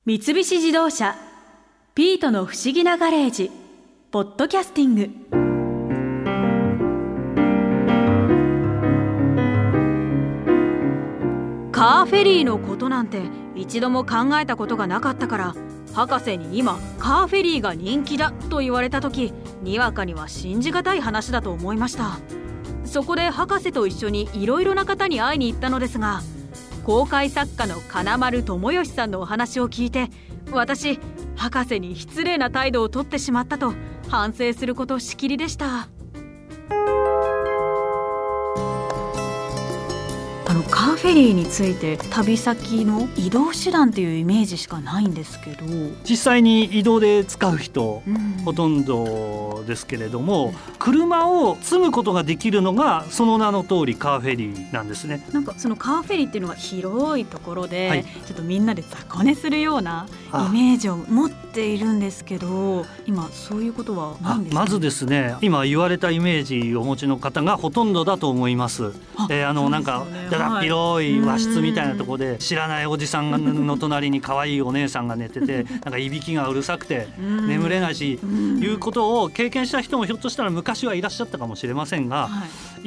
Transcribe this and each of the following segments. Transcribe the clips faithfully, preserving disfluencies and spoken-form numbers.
三菱自動車ピートの不思議なガレージポッドキャスティング。カーフェリーのことなんて一度も考えたことがなかったから、博士に今カーフェリーが人気だと言われた時、にわかには信じがたい話だと思いました。そこで博士と一緒にいろいろな方に会いに行ったのですが、公開作家の金丸智義さんのお話を聞いて、私博士に失礼な態度をとってしまったと反省することしきりでした。あのカーフェリーについて、旅先の移動手段っていうイメージしかないんですけど、 実際に移動で使う人、 うん、 ほとんどですけれども、うん、車を積むことができるのがその名の通りカーフェリーなんですね。 なんかそのカーフェリーっていうのが広いところで、はい、ちょっとみんなで雑魚寝するようなイメージを持っているんですけど、今そういうことはないんですか？ まずですね、今言われたイメージをお持ちの方がほとんどだと思います。あ、えー、あのなんかだだっ広い和室みたいなところで、知らないおじさんの隣に可愛いお姉さんが寝ててなんかいびきがうるさくて眠れないし、いうことを経験した人もひょっとしたら昔はいらっしゃったかもしれませんが、はい、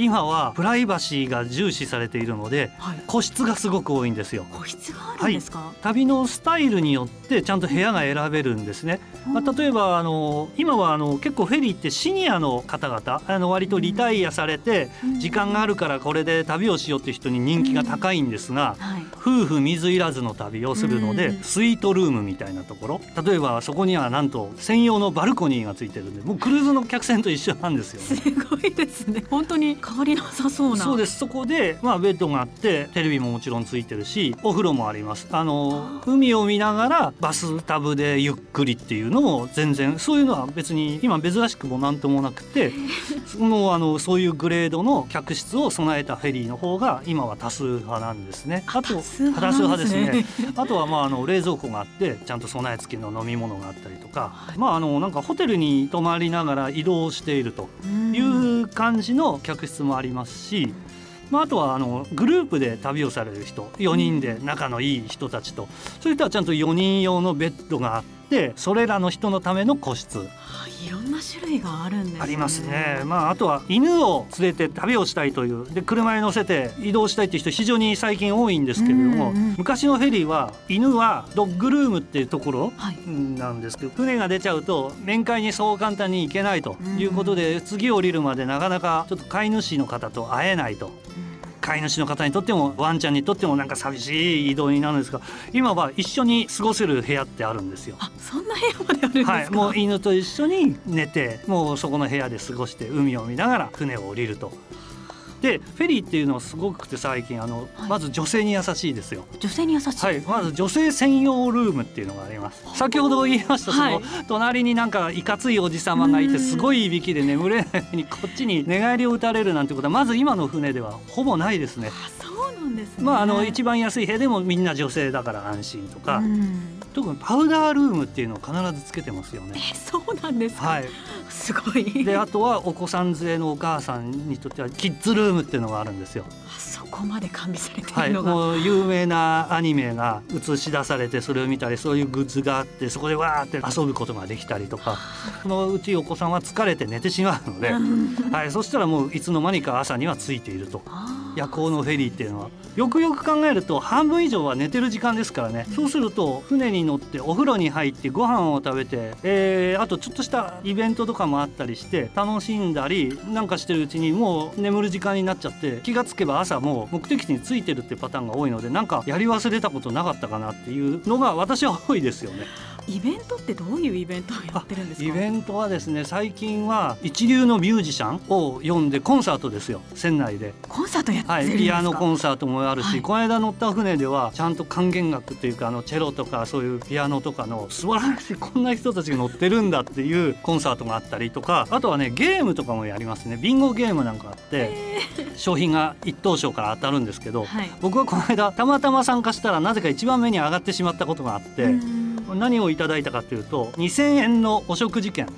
今はプライバシーが重視されているので、はい、個室がすごく多いんですよ。 個室があるんですか？はい、 旅のスタイルによってちゃんと部屋が選べるんですね。まあ、例えばあの今はあの結構フェリーってシニアの方々、あの割とリタイアされて時間があるからこれで旅をしようっていう人に人気が高いんですが、はい、夫婦水入らずの旅をするのでスイートルームみたいなところ、例えばそこにはなんと専用のバルコニーがついてるんで、もうクルーズの客船と一緒なんですよね。 すごいですね。本当に変わりなさそうな。 そうです。そこで、まあ、ベッドがあってテレビももちろんついてるし、お風呂もあります。あの海を見ながらバスタブでゆっくりっていうのも全然、そういうのは別に今珍しくもなんともなくてそのあのそういうグレードの客室を備えたフェリーの方が今は多数派なんですね。あと多数派ですね。あとはまああの冷蔵庫があってちゃんと備え付けの飲み物があったりとか、はい、まああのなんかホテルに泊まりながら移動しているという感じの客室もありますし、まあ、あとはあのグループで旅をされる人、よにんで仲のいい人たちと、そういったちゃんとよにん用のベッドがあって、それらの人のための個室、 はあ、いろんな種類があるんですね。 ありますね。まあ、あとは犬を連れて旅をしたいという、で車に乗せて移動したいという人非常に最近多いんですけれども、うんうん、昔のフェリーは犬はドッグルームっていうところなんですけど、はい、船が出ちゃうと面会にそう簡単に行けないということで、うん、次降りるまでなかなかちょっと飼い主の方と会えないと、飼い主の方にとってもワンちゃんにとってもなんか寂しい移動になるんですが、今は一緒に過ごせる部屋ってあるんですよ。 あ、そんな部屋まであるんですか？はい、 もう犬と一緒に寝て、もうそこの部屋で過ごして海を見ながら船を降りると。でフェリーっていうのはすごくて最近あの、はい、まず女性に優しいですよ。 女性に優しい、 はい、まず女性専用ルームっていうのがあります。先ほど言いました、はい、その隣になんかいかついおじさまがいてすごいいびきで眠れないようにこっちに寝返りを打たれるなんてことはまず今の船ではほぼないですね。 あ、そうなんですね。 まあ、あの一番安い部屋でもみんな女性だから安心とか、特にパウダールームっていうのを必ずつけてますよね。 え、そうなんですか？はい、すごい。 であとはお子さん連れのお母さんにとってはキッズルームっていうのがあるんですよ。 あ、そこまで完備されているのが、 はい、もう有名なアニメが映し出されて、それを見たり、そういうグッズがあって、そこでわーって遊ぶことができたりとか、そのうちお子さんは疲れて寝てしまうので、はい、そしたらもういつの間にか朝にはついていると。夜行のフェリーっていうのはよくよく考えると半分以上は寝てる時間ですからね。そうすると船に乗ってお風呂に入ってご飯を食べて、えー、あとちょっとしたイベントとかもあったりして楽しんだりなんかしてるうちにもう眠る時間になっちゃって、気がつけば朝もう目的地に着いてるっていうパターンが多いので、なんかやり忘れたことなかったかなっていうのが私は多いですよね。 イベントってどういうイベントをやってるんですか？ イベントはですね、最近は一流のミュージシャンを呼んでコンサートですよ。船内でコンサートやってるんですか？はい、 ピアノコンサートもあるし、はい、この間乗った船ではちゃんと管弦楽というかあのチェロとかそういうピアノとかの素晴らしい、こんな人たちが乗ってるんだっていうコンサートがあったりとか、あとはねゲームとかもやりますね。ビンゴゲームなんかあって商品が一等賞から当たるんですけど、はい、僕はこの間たまたま参加したらなぜか一番目に上がってしまったことがあって、何をいただいたかというとにせんえんのお食事券。 フェリー内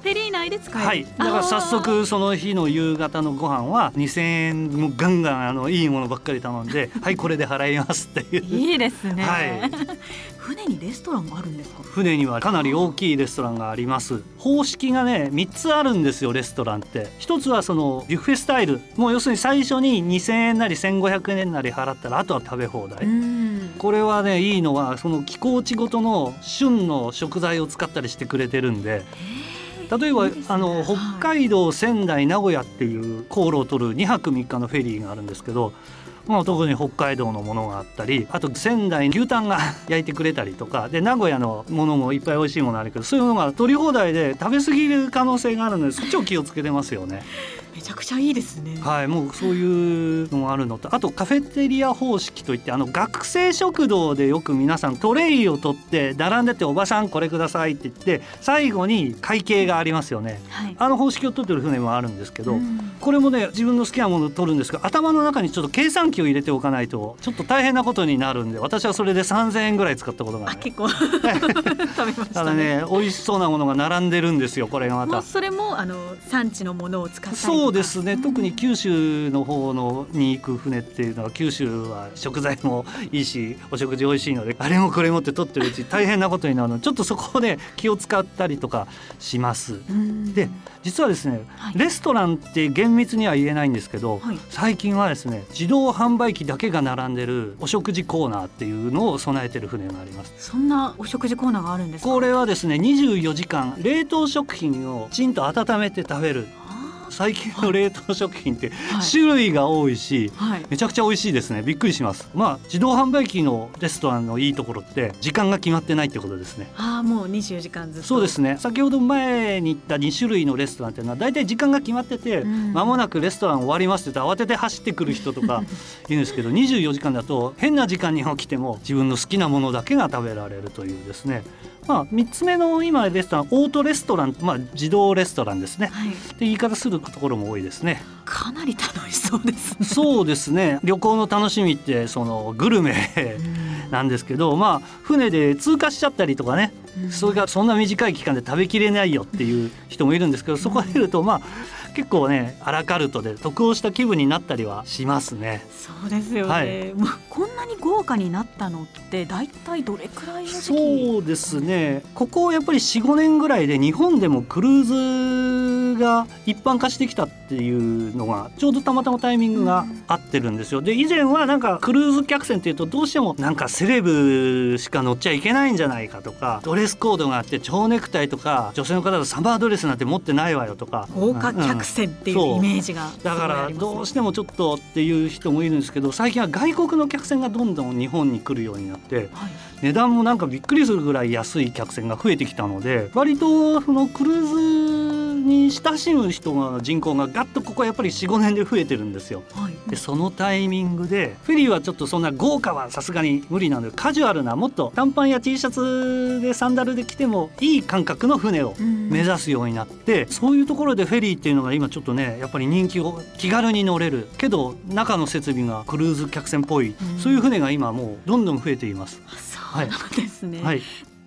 いで使える。 はい、だから早速その日の夕方のご飯はにせんえんもガンガンあのいいものばっかり頼んではいこれで払いますっていういいですね、 はい、 船にレストランもあるんですか？ 船にはかなり大きいレストランがあります。方式がねみっつあるんですよ。レストランって一つはそのビュッフェスタイル、もう要するに最初ににせんえんなりせんごひゃくえんなり払ったらあとは食べ放題。これはねいいのはその気候地ごとの旬の食材を使ったりしてくれてるんで、例えばいいですね、あの北海道、仙台、名古屋っていう航路を取るにはくみっかのフェリーがあるんですけど、まあ、特に北海道のものがあったり、あと仙台牛タンが焼いてくれたりとかで、名古屋のものもいっぱい美味しいものあるけど、そういうのが取り放題で食べ過ぎる可能性があるのでそっちを気をつけてますよね。 めちゃくちゃいいですね。 はい、もうそういうのもあるのと、あとカフェテリア方式といって、あの学生食堂でよく皆さんトレイを取って並んでて、おばさんこれくださいって言って最後に会計がありますよね、はい、あの方式を取ってる船もあるんですけど、うん、これもね自分の好きなものを取るんですが、頭の中にちょっと計算機を入れておかないとちょっと大変なことになるんで、私はそれでさんぜんえんぐらい使ったことがある。 あ、結構食べましたね。 ただね美味しそうなものが並んでるんですよ。これがまたもうそれもあの産地のものを使ったりとか。 そうですね、特に九州の方のに行く船っていうのは、九州は食材もいいしお食事美味しいので、あれもこれもって取ってるうち大変なことになるので、ちょっとそこで気を使ったりとかします。で実はですね、はい、レストランって厳密には言えないんですけど、はい、最近はですね自動販売機だけが並んでるお食事コーナーっていうのを備えてる船があります。 そんなお食事コーナーがあるんですか？ これはですねにじゅうよじかん冷凍食品をきちんと温めて食べる。最近の冷凍食品って種類が多いし、はい、めちゃくちゃ美味しいですね。びっくりします。まあ自動販売機のレストランのいいところって時間が決まってないってことですね。 ああ、もうにじゅうよじかんずっと。 そうですね。先ほど前に言ったに種類のレストランっていうのはだいたい時間が決まってて、うん、間もなくレストラン終わりますって言って慌てて走ってくる人とかいるんですけどにじゅうよじかんだと変な時間に起きても自分の好きなものだけが食べられるというですね。まあ、みっつめの今レストランオートレストラン、まあ、自動レストランですね、はい、って言い方するところも多いですね。 かなり楽しそうですね。 そうですね。旅行の楽しみってそのグルメなんですけど、まあ、船で通過しちゃったりとかね、それがそんな短い期間で食べきれないよっていう人もいるんですけど、そこで見るとまあ結構ねアラカルトで得をした気分になったりはしますね。 そうですよね、はい、もうこんなに豪華になったのって大体どれくらいの時期？ そうですね、ここやっぱり よん,ご 年ぐらいで日本でもクルーズが一般化してきたっていうのがちょうどたまたまタイミングが合ってるんですよ。で以前はなんかクルーズ客船っていうとどうしてもなんかセレブしか乗っちゃいけないんじゃないかとか、ドレスコードがあって蝶ネクタイとか女性の方だとサマードレスなんて持ってないわよとか、 豪華客船っていうイメージが、 うん、だからどうしてもちょっとっていう人もいるんですけど、最近は外国の客船がどんどん日本に来るようになって、はい、値段もなんかびっくりするぐらい安い客船が増えてきたので、割とそのクルーズに親しむ人の人口がガッとここやっぱり よん,ご 年で増えてるんですよ、はい、でそのタイミングでフェリーはちょっとそんな豪華はさすがに無理なので、カジュアルなもっと短パンや T シャツでサンダルで着てもいい感覚の船を目指すようになって、うん、そういうところでフェリーっていうのが今ちょっとねやっぱり人気を、気軽に乗れるけど中の設備がクルーズ客船っぽい、うん、そういう船が今もうどんどん増えています。 そうなんですね、 はいはい。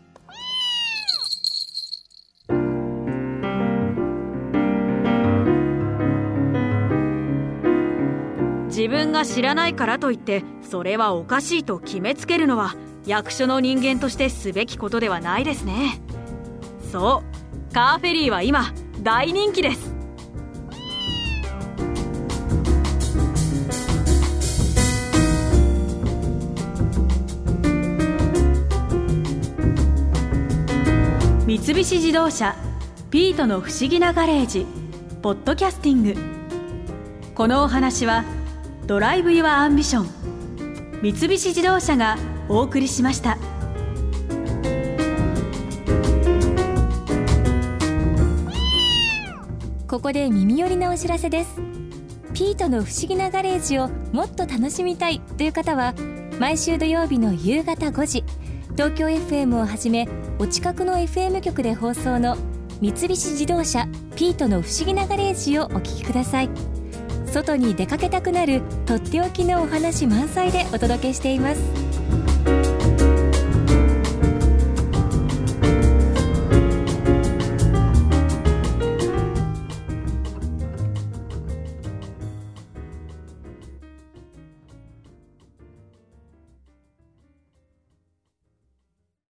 自分が知らないからといってそれはおかしいと決めつけるのは役所の人間としてすべきことではないですね。そうカーフェリーは今大人気です。三菱自動車ピートの不思議なガレージポッドキャスティング。このお話はドライブ・ユア・アンビション三菱自動車がお送りしました。 ここで耳寄りなお知らせです。ピートの不思議なガレージをもっと楽しみたいという方は、毎週土曜日の夕方ごじ、東京 エフエム をはじめお近くの エフエム 局で放送の三菱自動車ピートの不思議なガレージをお聞きください。外に出かけたくなるとっておきのお話満載でお届けしています。